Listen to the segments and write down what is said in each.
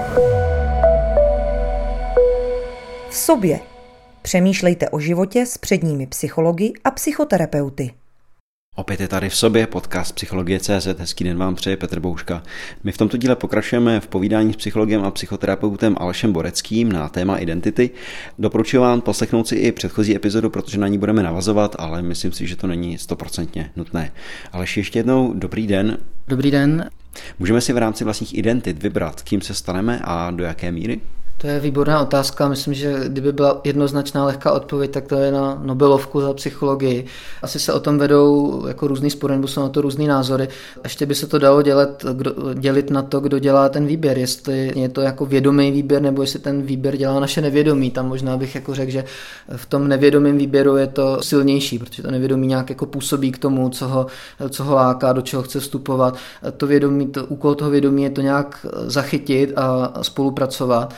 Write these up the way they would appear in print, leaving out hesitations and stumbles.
V sobě. Přemýšlejte o životě s předními psychology a psychoterapeuty. Opět je tady v sobě podcast Psychologie.cz. Hezký den vám přeje Petr Bouška. My v tomto díle pokračujeme v povídání s psychologem a psychoterapeutem Alešem Boreckým na téma identity. Doporučuji vám poslechnout si i předchozí epizodu, protože na ní budeme navazovat, ale myslím si, že to není 100% nutné. Aleš, ještě jednou dobrý den. Dobrý den. Můžeme si v rámci vlastních identit vybrat, kým se staneme a do jaké míry? To je výborná otázka. Myslím, že kdyby byla jednoznačná lehká odpověď, tak to je na Nobelovku za psychologii. Asi se o tom vedou jako různý spory, nebo jsou na to různý názory. Ještě by se to dalo dělit na to, kdo dělá ten výběr. Jestli je to jako vědomý výběr, nebo jestli ten výběr dělá naše nevědomí. Tam možná bych jako řekl, že v tom nevědomém výběru je to silnější, protože to nevědomí nějak jako působí k tomu, co ho láká, do čeho chce vstupovat. Úkol toho vědomí je to nějak zachytit a spolupracovat.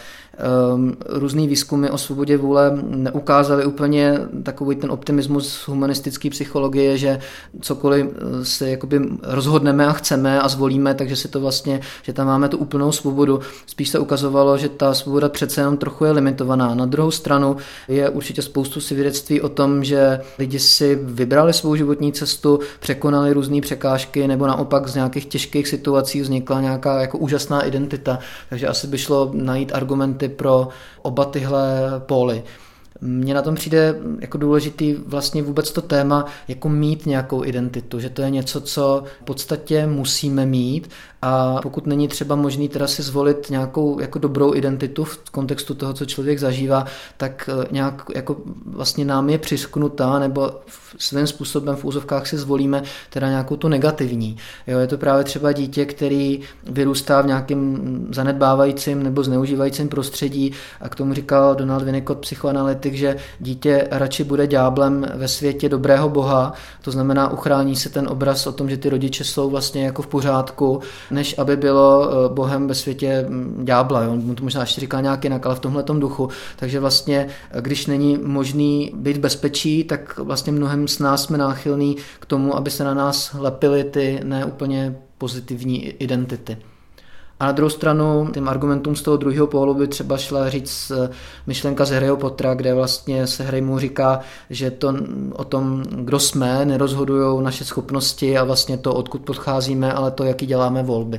Různý výzkumy o svobodě vůle neukázaly úplně takový ten optimismus humanistické psychologie, že cokoliv se jakoby rozhodneme a chceme a zvolíme, takže si to vlastně, že tam máme tu úplnou svobodu. Spíš se ukazovalo, že ta svoboda přece jenom trochu je limitovaná. Na druhou stranu je určitě spoustu svědectví o tom, že lidi si vybrali svou životní cestu, překonali různé překážky, nebo naopak z nějakých těžkých situací vznikla nějaká jako úžasná identita. Takže asi by šlo najít argumenty pro oba tyhle póly. Mně na tom přijde jako důležitý vlastně vůbec to téma jako mít nějakou identitu, že to je něco, co v podstatě musíme mít a pokud není třeba možný teda si zvolit nějakou jako dobrou identitu v kontextu toho, co člověk zažívá, tak nějak jako vlastně nám je přisknutá nebo svým způsobem v úzovkách si zvolíme teda nějakou tu negativní. Jo, je to právě třeba dítě, který vyrůstá v nějakém zanedbávajícím nebo zneužívajícím prostředí a k tomu říkal Donald Winnicott, psychoanalytik, že dítě radši bude ďáblem ve světě dobrého boha, to znamená uchrání se ten obraz o tom, že ty rodiče jsou vlastně jako v pořádku, než aby bylo bohem ve světě ďábla. Jo? On to možná ještě říká nějak jinak, ale v tomhletom duchu. Takže vlastně, když není možný být v bezpečí, tak vlastně mnohem z nás jsme náchylní k tomu, aby se na nás lepily ty neúplně pozitivní identity. A na druhou stranu tím argumentům z toho druhého pólu by třeba šla říct myšlenka z Harryho Pottera, kde vlastně se Harry mu říká, že to o tom, kdo jsme, nerozhodují naše schopnosti a vlastně to, odkud podcházíme, ale to, jaký děláme volby.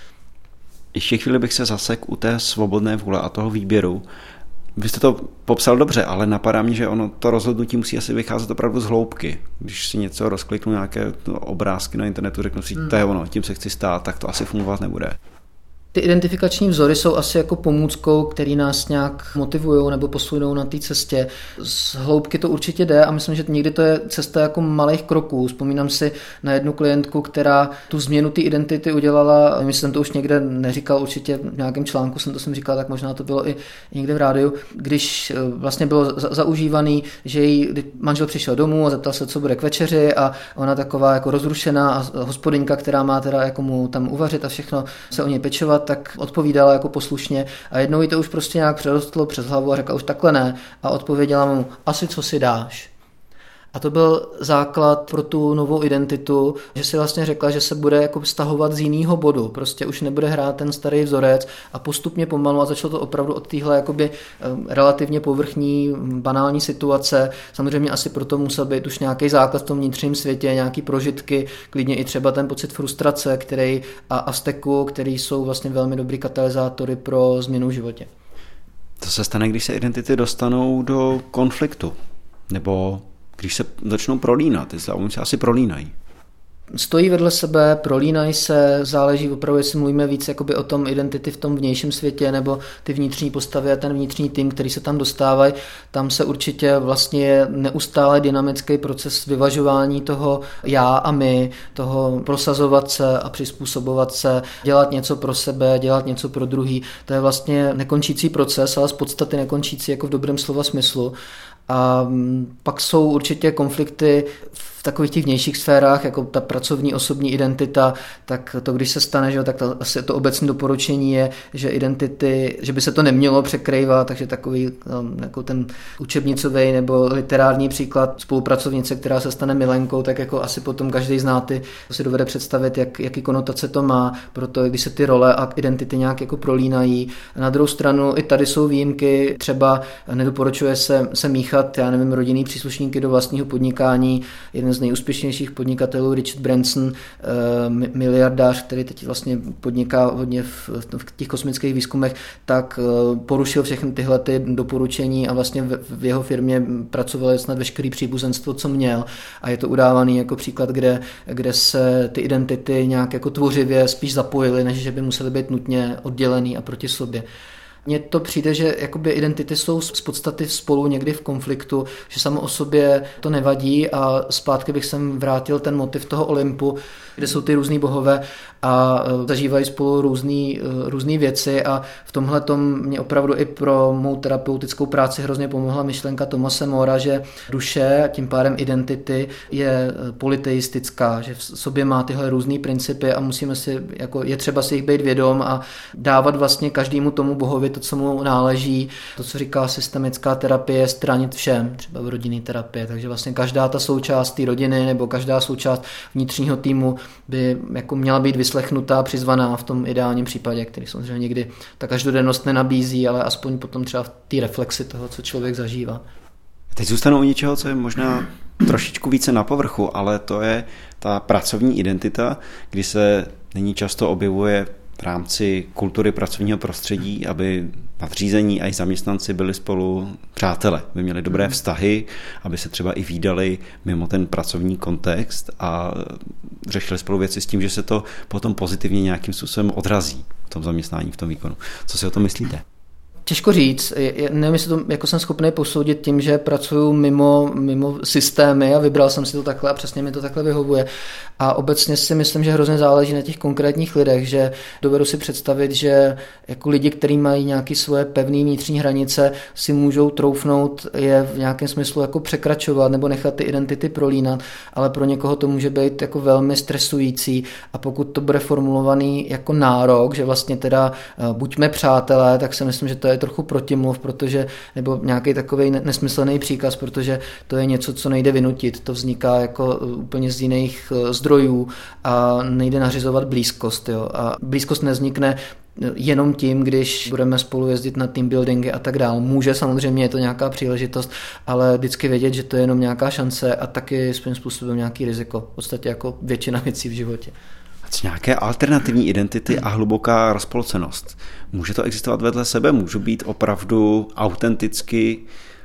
Ještě chvíli bych se zasek u té svobodné vůle a toho výběru. Vy jste to popsal dobře, ale napadá mě, že ono to rozhodnutí musí asi vycházet opravdu z hloubky. Když si něco rozkliknu, nějaké obrázky na internetu, řeknu si, to je ono, tím se chci stát, tak to asi fungovat nebude. Ty identifikační vzory jsou asi jako pomůckou, který nás nějak motivují nebo posunou na té cestě. Z hloubky to určitě jde a myslím, že někdy to je cesta jako malých kroků. Vzpomínám si na jednu klientku, která tu změnu té identity udělala, myslím, jsem to už někde neříkal, určitě v nějakém článku jsem říkal, tak možná to bylo i někde v rádiu, když vlastně bylo zaužívaný, že jí manžel přišel domů a zeptal se, co bude k večeři a ona taková jako rozrušená a hospodyňka, která má teda jako mu tam uvařit a všechno se o něj pečovat, tak odpovídala jako poslušně a jednou jí to už prostě nějak přerostlo přes hlavu a řekla už takhle ne a odpověděla mu asi co si dáš. A to byl základ pro tu novou identitu, že si vlastně řekla, že se bude jako stahovat z jiného bodu, prostě už nebude hrát ten starý vzorec a postupně pomalu a začalo to opravdu od téhle jakoby relativně povrchní, banální situace. Samozřejmě asi proto musel být už nějaký základ v tom vnitřním světě, nějaký prožitky, klidně i třeba ten pocit frustrace, který a vzteku, který jsou vlastně velmi dobrý katalyzátory pro změnu v životě. To se stane, když se identity dostanou do konfliktu, nebo když se začnou prolínat, oni se asi prolínají. Stojí vedle sebe, prolínají se, záleží opravdu, jestli mluvíme víc jakoby o tom identity v tom vnějším světě nebo ty vnitřní postavy a ten vnitřní tým, který se tam dostávají. Tam se určitě vlastně je neustále dynamický proces vyvažování toho já a my, toho prosazovat se a přizpůsobovat se, dělat něco pro sebe, dělat něco pro druhý. To je vlastně nekončící proces, ale z podstaty nekončící jako v dobrém slova smyslu. A pak jsou určitě konflikty v takových těch vnějších sférách, jako ta pracovní osobní identita, tak to, když se stane, že, tak asi to obecné doporučení je, že identity, že by se to nemělo překrývat, takže takový jako ten učebnicový nebo literární příklad spolupracovnice, která se stane milenkou, tak jako asi potom každý z nás si dovede představit, jaký konotace to má, proto když se ty role a identity nějak jako prolínají. Na druhou stranu i tady jsou výjimky, třeba nedoporučuje se míchat, já nevím, rodinný příslušníky do vlastního podnikání. Jeden z nejúspěšnějších podnikatelů, Richard Branson, miliardář, který teď vlastně podniká hodně v těch kosmických výzkumech, tak porušil všechny tyhle ty doporučení a vlastně v jeho firmě pracovali snad veškerý příbuzenstvo, co měl. A je to udávaný jako příklad, kde se ty identity nějak jako tvořivě spíš zapojily, než že by musely být nutně oddělený a proti sobě. Mně to přijde, že jakoby identity jsou z podstaty spolu někdy v konfliktu, že samo o sobě to nevadí a zpátky bych sem vrátil ten motiv toho Olympu, kde jsou ty různý bohové a zažívají spolu různý věci a v tomhletom mě opravdu i pro mou terapeutickou práci hrozně pomohla myšlenka Thomase Morea, že duše a tím pádem identity je polyteistická, že v sobě má tyhle různý principy a musíme si, jako je třeba si jich být vědom a dávat vlastně každému tomu bohovi to, co mu náleží, to, co říká systemická terapie, stranit všem, třeba v rodinné terapie, takže vlastně každá ta součást té rodiny nebo každá součást vnitřního týmu by jako měla být vyslechnutá, přizvaná v tom ideálním případě, který samozřejmě někdy ta každodennost nenabízí, ale aspoň potom třeba v té reflexi toho, co člověk zažívá. Teď zůstanu u něčeho, co je možná trošičku více na povrchu, ale to je ta pracovní identita, kdy se nyní často objevuje v rámci kultury pracovního prostředí, aby nadřízení a i zaměstnanci byli spolu přátelé, aby měli dobré vztahy, aby se třeba i vídali mimo ten pracovní kontext a řešili spolu věci s tím, že se to potom pozitivně nějakým způsobem odrazí v tom zaměstnání, v tom výkonu. Co si o tom myslíte? Těžko říct, nevím, jestli to jako jsem schopný posoudit tím, že pracuju mimo systémy a vybral jsem si to takhle a přesně mi to takhle vyhovuje. A obecně si myslím, že hrozně záleží na těch konkrétních lidech, že dovedu si představit, že jako lidi, kteří mají nějaké svoje pevné vnitřní hranice, si můžou troufnout je v nějakém smyslu jako překračovat nebo nechat ty identity prolínat, ale pro někoho to může být jako velmi stresující a pokud to bude formulovaný jako nárok, že vlastně teda buďme přátelé, tak si myslím, že to je trochu protimluv, protože nebo nějaký takový nesmyslný příkaz, protože to je něco, co nejde vynutit. To vzniká jako úplně z jiných zdrojů a nejde nařizovat blízkost. Jo. A blízkost nevznikne jenom tím, když budeme spolu jezdit na team buildingy a tak dál. Může, samozřejmě je to nějaká příležitost, ale vždycky vědět, že to je jenom nějaká šance a taky svým způsobem nějaký riziko. V podstatě jako většina věcí v životě. Nějaké alternativní identity a hluboká rozpolcenost. Může to existovat vedle sebe? Můžu být opravdu autenticky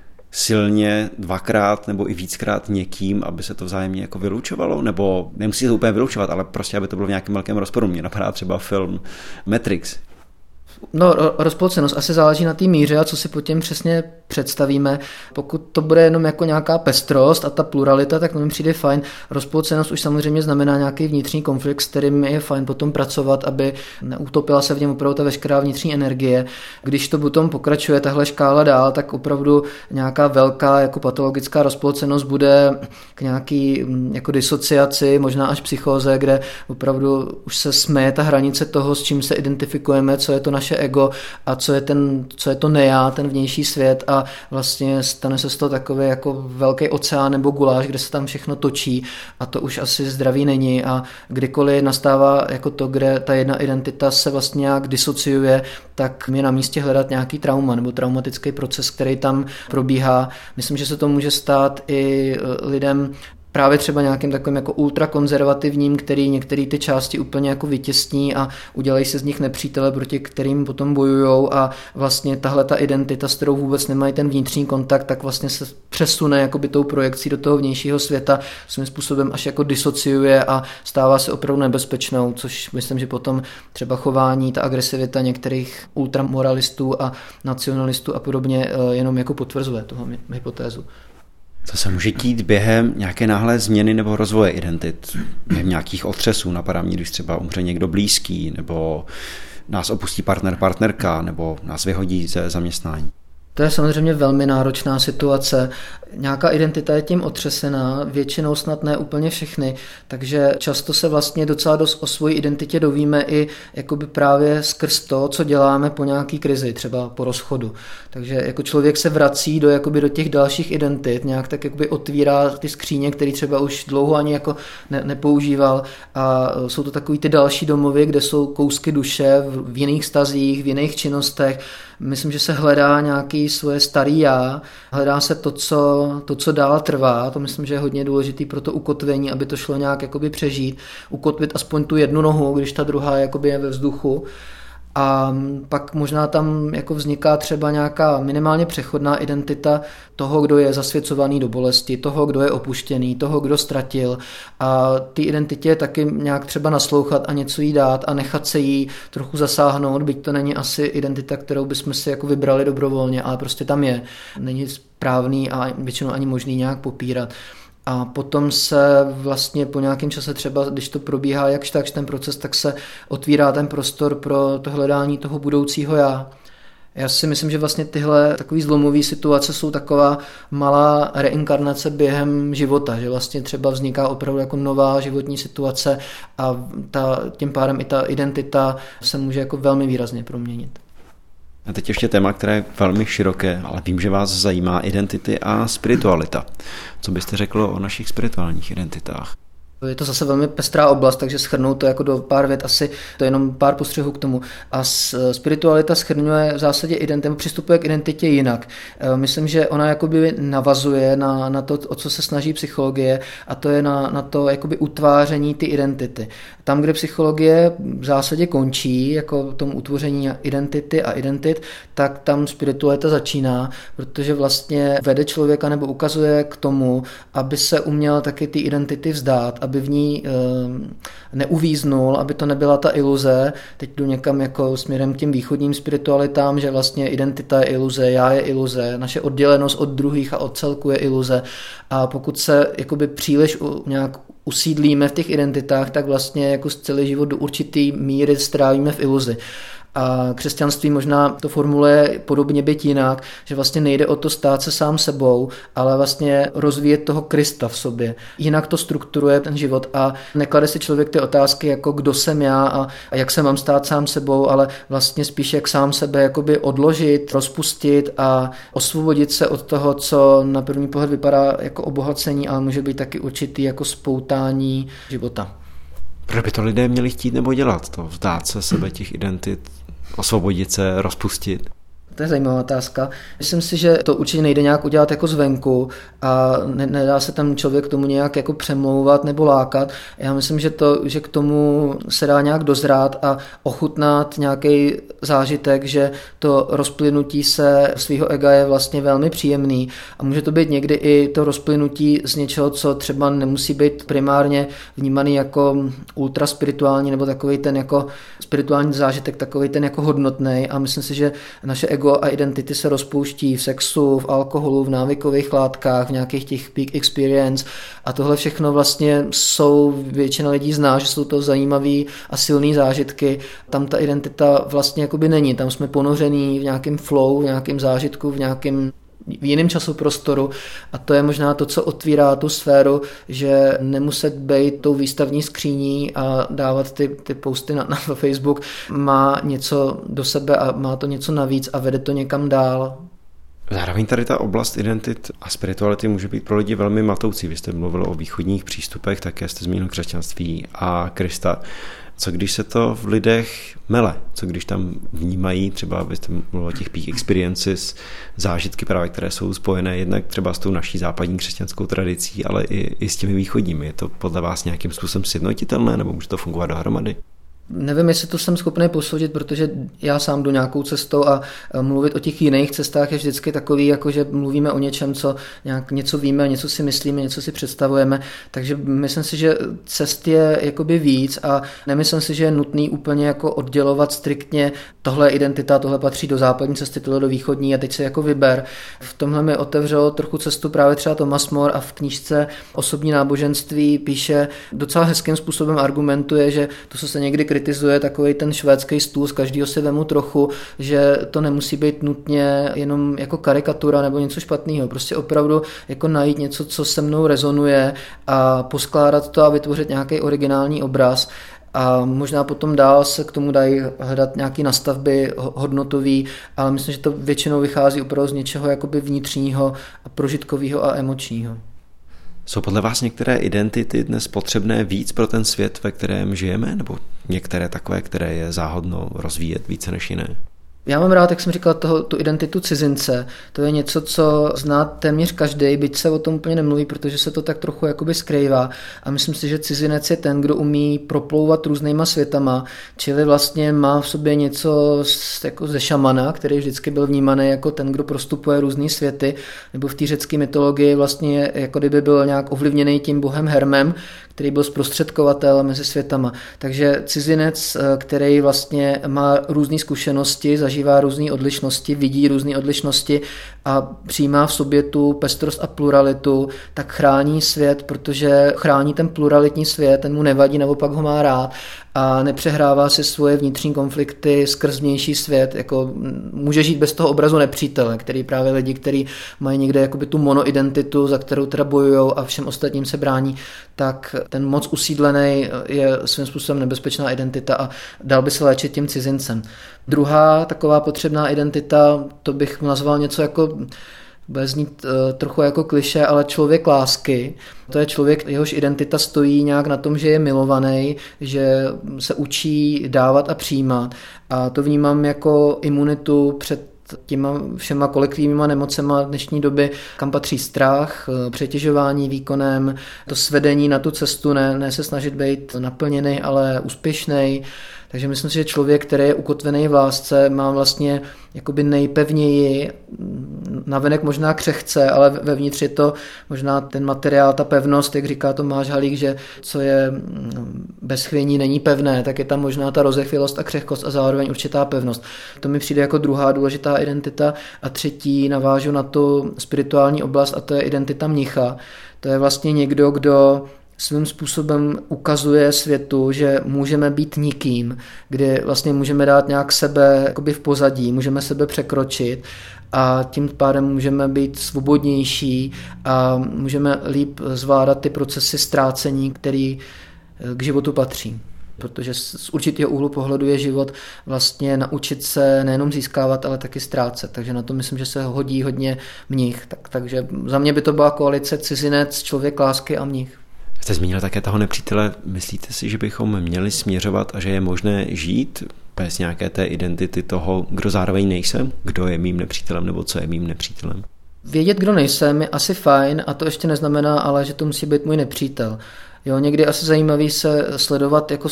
silně dvakrát nebo i víckrát někým, aby se to vzájemně jako vylučovalo? Nebo nemusí to úplně vylučovat, ale prostě, aby to bylo v nějakém velkém rozporu. Mně napadá třeba film Matrix. No, rozpolcenost asi záleží na té míře a co si pod tím přesně představíme. Pokud to bude jenom jako nějaká pestrost a ta pluralita, tak to mi přijde fajn. Rozpolcenost už samozřejmě znamená nějaký vnitřní konflikt, s kterým je fajn potom pracovat, aby neutopila se v něm opravdu ta veškerá vnitřní energie. Když to potom pokračuje tahle škála dál, tak opravdu nějaká velká jako patologická rozpolcenost bude k nějaký jako disociaci, možná až psychóze, kde opravdu už se směje ta hranice toho, s čím se identifikujeme, co je to naše ego a co je to nejá, ten vnější svět a vlastně stane se z toho takový jako velký oceán nebo guláš, kde se tam všechno točí a to už asi zdravý není a kdykoliv nastává jako to, kde ta jedna identita se vlastně nějak disociuje, tak je na místě hledat nějaký trauma nebo traumatický proces, který tam probíhá. Myslím, že se to může stát i lidem právě třeba nějakým takovým jako ultrakonzervativním, který některé ty části úplně jako vytěsní a udělají se z nich nepřítele, proti kterým potom bojujou a vlastně tahle ta identita, s kterou vůbec nemají ten vnitřní kontakt, tak vlastně se přesune jakoby tou projekcí do toho vnějšího světa, svým způsobem až jako disociuje a stává se opravdu nebezpečnou, což myslím, že potom třeba chování, ta agresivita některých ultramoralistů a nacionalistů a podobně jenom jako potvrzuje toho hypotézu. To se může dít během nějaké náhlé změny nebo rozvoje identit, během nějakých otřesů. Napadá mě, když třeba umře někdo blízký, nebo nás opustí partnerka, nebo nás vyhodí ze zaměstnání. To je samozřejmě velmi náročná situace. Nějaká identita je tím otřesená, většinou snad ne úplně všechny, takže často se vlastně docela dost o svojí identitě dovíme i jakoby právě skrz to, co děláme po nějaký krizi, třeba po rozchodu. Takže jako člověk se vrací do těch dalších identit, nějak tak jakoby otvírá ty skříně, které třeba už dlouho ani jako nepoužíval, a jsou to takový ty další domovy, kde jsou kousky duše v jiných vztazích, v jiných činnostech. Myslím, že se hledá nějaký svoje starý já, hledá se to, co dál trvá, to myslím, že je hodně důležitý pro to ukotvení, aby to šlo nějak jakoby přežít, ukotvit aspoň tu jednu nohu, když ta druhá jakoby je ve vzduchu. A pak možná tam jako vzniká třeba nějaká minimálně přechodná identita toho, kdo je zasvěcovaný do bolesti, toho, kdo je opuštěný, toho, kdo ztratil. A té identitě taky nějak třeba naslouchat a něco jí dát a nechat se jí trochu zasáhnout, byť to není asi identita, kterou bychom si jako vybrali dobrovolně, ale prostě tam je. Není správný a většinou ani možný nějak popírat. A potom se vlastně po nějakém čase třeba, když to probíhá jakž takž ten proces, tak se otvírá ten prostor pro to hledání toho budoucího já. Já si myslím, že vlastně tyhle takový zlomové situace jsou taková malá reinkarnace během života, že vlastně třeba vzniká opravdu jako nová životní situace a tím pádem i ta identita se může jako velmi výrazně proměnit. A teď ještě téma, které je velmi široké, ale vím, že vás zajímá identity a spiritualita. Co byste řekl o našich spirituálních identitách? Je to zase velmi pestrá oblast, takže shrnout to jako do pár vět, asi to je jenom pár postřehů k tomu. A spiritualita shrnuje v zásadě identitu, přistupuje k identitě jinak. Myslím, že ona jakoby navazuje na to, o co se snaží psychologie, a to je na to jakoby utváření ty identity. Tam, kde psychologie v zásadě končí, jako tomu utvoření identity a identit, tak tam spiritualita začíná, protože vlastně vede člověka nebo ukazuje k tomu, aby se uměl taky ty identity vzdát, aby v ní neuvíznul, aby to nebyla ta iluze. Teď jdu někam jako směrem k těm východním spiritualitám, že vlastně identita je iluze, já je iluze, naše oddělenost od druhých a od celku je iluze. A pokud se jakoby příliš nějak usídlíme v těch identitách, tak vlastně jako celý život do určitý míry strávíme v iluzi. A křesťanství možná to formuluje podobně byť jinak, že vlastně nejde o to stát se sám sebou, ale vlastně rozvíjet toho Krista v sobě. Jinak to strukturuje ten život a neklade si člověk ty otázky jako kdo jsem já a jak se mám stát sám sebou, ale vlastně spíš jak sám sebe jakoby odložit, rozpustit a osvobodit se od toho, co na první pohled vypadá jako obohacení, ale může být taky určitý jako spoutání života. Proč by to lidé měli chtít nebo dělat? To vzdát se sebe těch identit, osvobodit se, rozpustit? To je zajímavá otázka. Myslím si, že to určitě nejde nějak udělat jako zvenku a nedá se tam člověk k tomu nějak jako přemlouvat nebo lákat. Já myslím, že k tomu se dá nějak dozrát a ochutnat nějaký zážitek, že to rozplynutí se svého ega je vlastně velmi příjemný a může to být někdy i to rozplynutí z něčeho, co třeba nemusí být primárně vnímaný jako ultra spirituální nebo takový ten jako spirituální zážitek, takový ten jako hodnotný, a myslím si, že naše ego a identity se rozpouští v sexu, v alkoholu, v návykových látkách, v nějakých těch peak experience, a tohle všechno vlastně většina lidí zná, že jsou to zajímavý a silný zážitky. Tam ta identita vlastně jakoby není, tam jsme ponoření v nějakém flow, v nějakém zážitku, v jiném časoprostoru, a to je možná to, co otvírá tu sféru, že nemuset být tou výstavní skříní a dávat ty posty na Facebook, má něco do sebe a má to něco navíc a vede to někam dál. Zároveň tady ta oblast identit a spirituality může být pro lidi velmi matoucí. Vy jste mluvil o východních přístupech, také jste zmínil křesťanství a Krista. Co když se to v lidech mele? Co když tam vnímají, třeba vy jste mluvil o těch peak experiences, zážitky právě, které jsou spojené jednak třeba s tou naší západní křesťanskou tradicí, ale i s těmi východními. Je to podle vás nějakým způsobem sjednotitelné, nebo může to fungovat dohromady? Nevím, jestli to jsem schopný posoudit, protože já sám jdu nějakou cestou a mluvit o těch jiných cestách je vždycky takový, jako že mluvíme o něčem, co něco víme, něco si myslíme, něco si představujeme, takže myslím si, že cest je jakoby víc a nemyslím si, že je nutný úplně jako oddělovat striktně tohle je identita, tohle patří do západní cesty, tohle do východní a teď se jako vyber. V tomhle mi otevřelo trochu cestu právě třeba Thomas More a v knížce Osobní náboženství píše, docela hezkým způsobem argumentuje, že to, co se někdy kritizuje takový ten švédský stůl, z každého si vemu trochu, že to nemusí být nutně jenom jako karikatura nebo něco špatného. Prostě opravdu jako najít něco, co se mnou rezonuje a poskládat to a vytvořit nějaký originální obraz. A možná potom dál se k tomu dají hledat nějaké nastavby hodnotový, ale myslím, že to většinou vychází opravdu z něčeho jakoby vnitřního a prožitkového a emočního. Jsou podle vás některé identity dnes potřebné víc pro ten svět, ve kterém žijeme, nebo některé takové, které je záhodno rozvíjet více než jiné? Já mám rád, jak jsem říkal, tu identitu cizince. To je něco, co zná téměř každý, byť se o tom úplně nemluví, protože se to tak trochu jakoby skrývá. A myslím si, že cizinec je ten, kdo umí proplouvat různýma světama, čili vlastně má v sobě něco jako ze šamana, který vždycky byl vnímaný jako ten, kdo prostupuje různý světy, nebo v té řecké mytologii vlastně jako kdyby byl nějak ovlivněný tím bohem Hermem, který byl zprostředkovatel mezi světama. Takže cizinec, který vlastně má různé zkušenosti, zažívá různé odlišnosti, vidí různé odlišnosti a přijímá v sobě tu pestrost a pluralitu, tak chrání svět, protože chrání ten pluralitní svět, ten mu nevadí, naopak ho má rád a nepřehrává si svoje vnitřní konflikty skrz vnější svět, jako může žít bez toho obrazu nepřítele, který právě lidi, kteří mají někde jakoby tu monoidentitu, za kterou teda bojujou a všem ostatním se brání, tak ten moc usídlený je svým způsobem nebezpečná identita a dal by se léčit tím cizincem. Druhá taková potřebná identita, to bych nazval něco jako, bude znít trochu jako klišé, ale člověk lásky. To je člověk, jehož identita stojí nějak na tom, že je milovaný, že se učí dávat a přijímat. A to vnímám jako imunitu před těma všema kolektivníma nemocema dnešní doby, kam patří strach, přetěžování výkonem, to svedení na tu cestu, ne se snažit být naplněný, ale úspěšný. Takže myslím si, že člověk, který je ukotvený v lásce, má vlastně jakoby nejpevněji, navenek možná křehce, ale vevnitř je to možná ten materiál, ta pevnost, jak říká Tomáš Halík, že co je bez chvění není pevné, tak je tam možná ta rozechvělost a křehkost a zároveň určitá pevnost. To mi přijde jako druhá důležitá identita a třetí navážu na tu spirituální oblast a to je identita mnicha. To je vlastně někdo, kdo svým způsobem ukazuje světu, že můžeme být nikým, kdy vlastně můžeme dát nějak sebe jakoby v pozadí, můžeme sebe překročit a tím pádem můžeme být svobodnější a můžeme líp zvládat ty procesy ztrácení, které k životu patří. Protože z určitého úhlu pohledu je život vlastně naučit se nejenom získávat, ale taky ztrácet. Takže na to myslím, že se hodí hodně mnich. Takže za mě by to byla koalice cizinec, člověk lásky a mnich. Jste zmínil také toho nepřítele. Myslíte si, že bychom měli směřovat a že je možné žít bez nějaké té identity toho, kdo zároveň nejsem? Kdo je mým nepřítelem nebo co je mým nepřítelem? Vědět, kdo nejsem, je asi fajn a to ještě neznamená, ale že to musí být můj nepřítel. Jo, někdy asi zajímavý se sledovat jako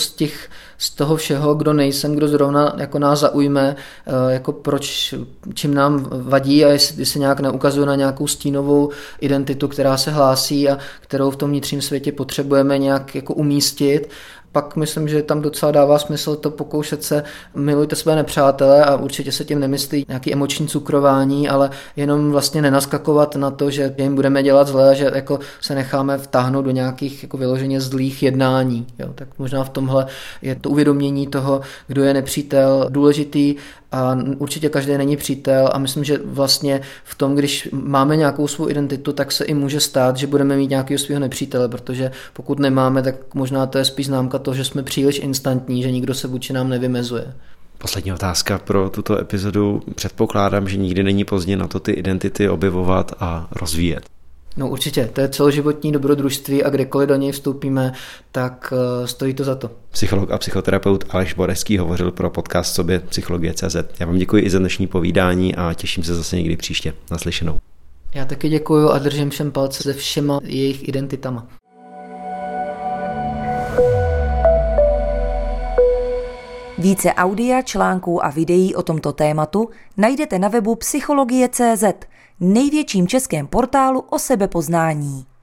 z toho všeho, kdo nejsem, kdo zrovna jako nás zaujme, jako proč, čím nám vadí a jestli se nějak neukazuje na nějakou stínovou identitu, která se hlásí a kterou v tom vnitřním světě potřebujeme nějak jako umístit. Pak myslím, že tam docela dává smysl to pokoušet se, milujte své nepřátele a určitě se tím nemyslí nějaký emoční cukrování, ale jenom vlastně nenaskakovat na to, že jim budeme dělat zle a že jako se necháme vtáhnout do nějakých jako vyloženě zlých jednání. Jo, tak možná v tomhle je to uvědomění toho, kdo je nepřítel, důležitý a určitě každý není přítel a myslím, že vlastně v tom, když máme nějakou svou identitu, tak se i může stát, že budeme mít nějakého svého nepřítele, protože pokud nemáme, tak možná to je spíš známka toho, že jsme příliš instantní, že nikdo se vůči nám nevymezuje. Poslední otázka pro tuto epizodu. Předpokládám, že nikdy není pozdě na to ty identity objevovat a rozvíjet. No určitě, to je celoživotní dobrodružství a kdekoliv do něj vstoupíme, tak stojí to za to. Psycholog a psychoterapeut Aleš Borecký hovořil pro podcast Sobě Psychologie.cz. Já vám děkuji i za dnešní povídání a těším se zase někdy příště. Naslyšenou. Já taky děkuju a držím všem palce se všema jejich identitama. Více audia, článků a videí o tomto tématu najdete na webu Psychologie.cz, největším českém portálu o sebepoznání.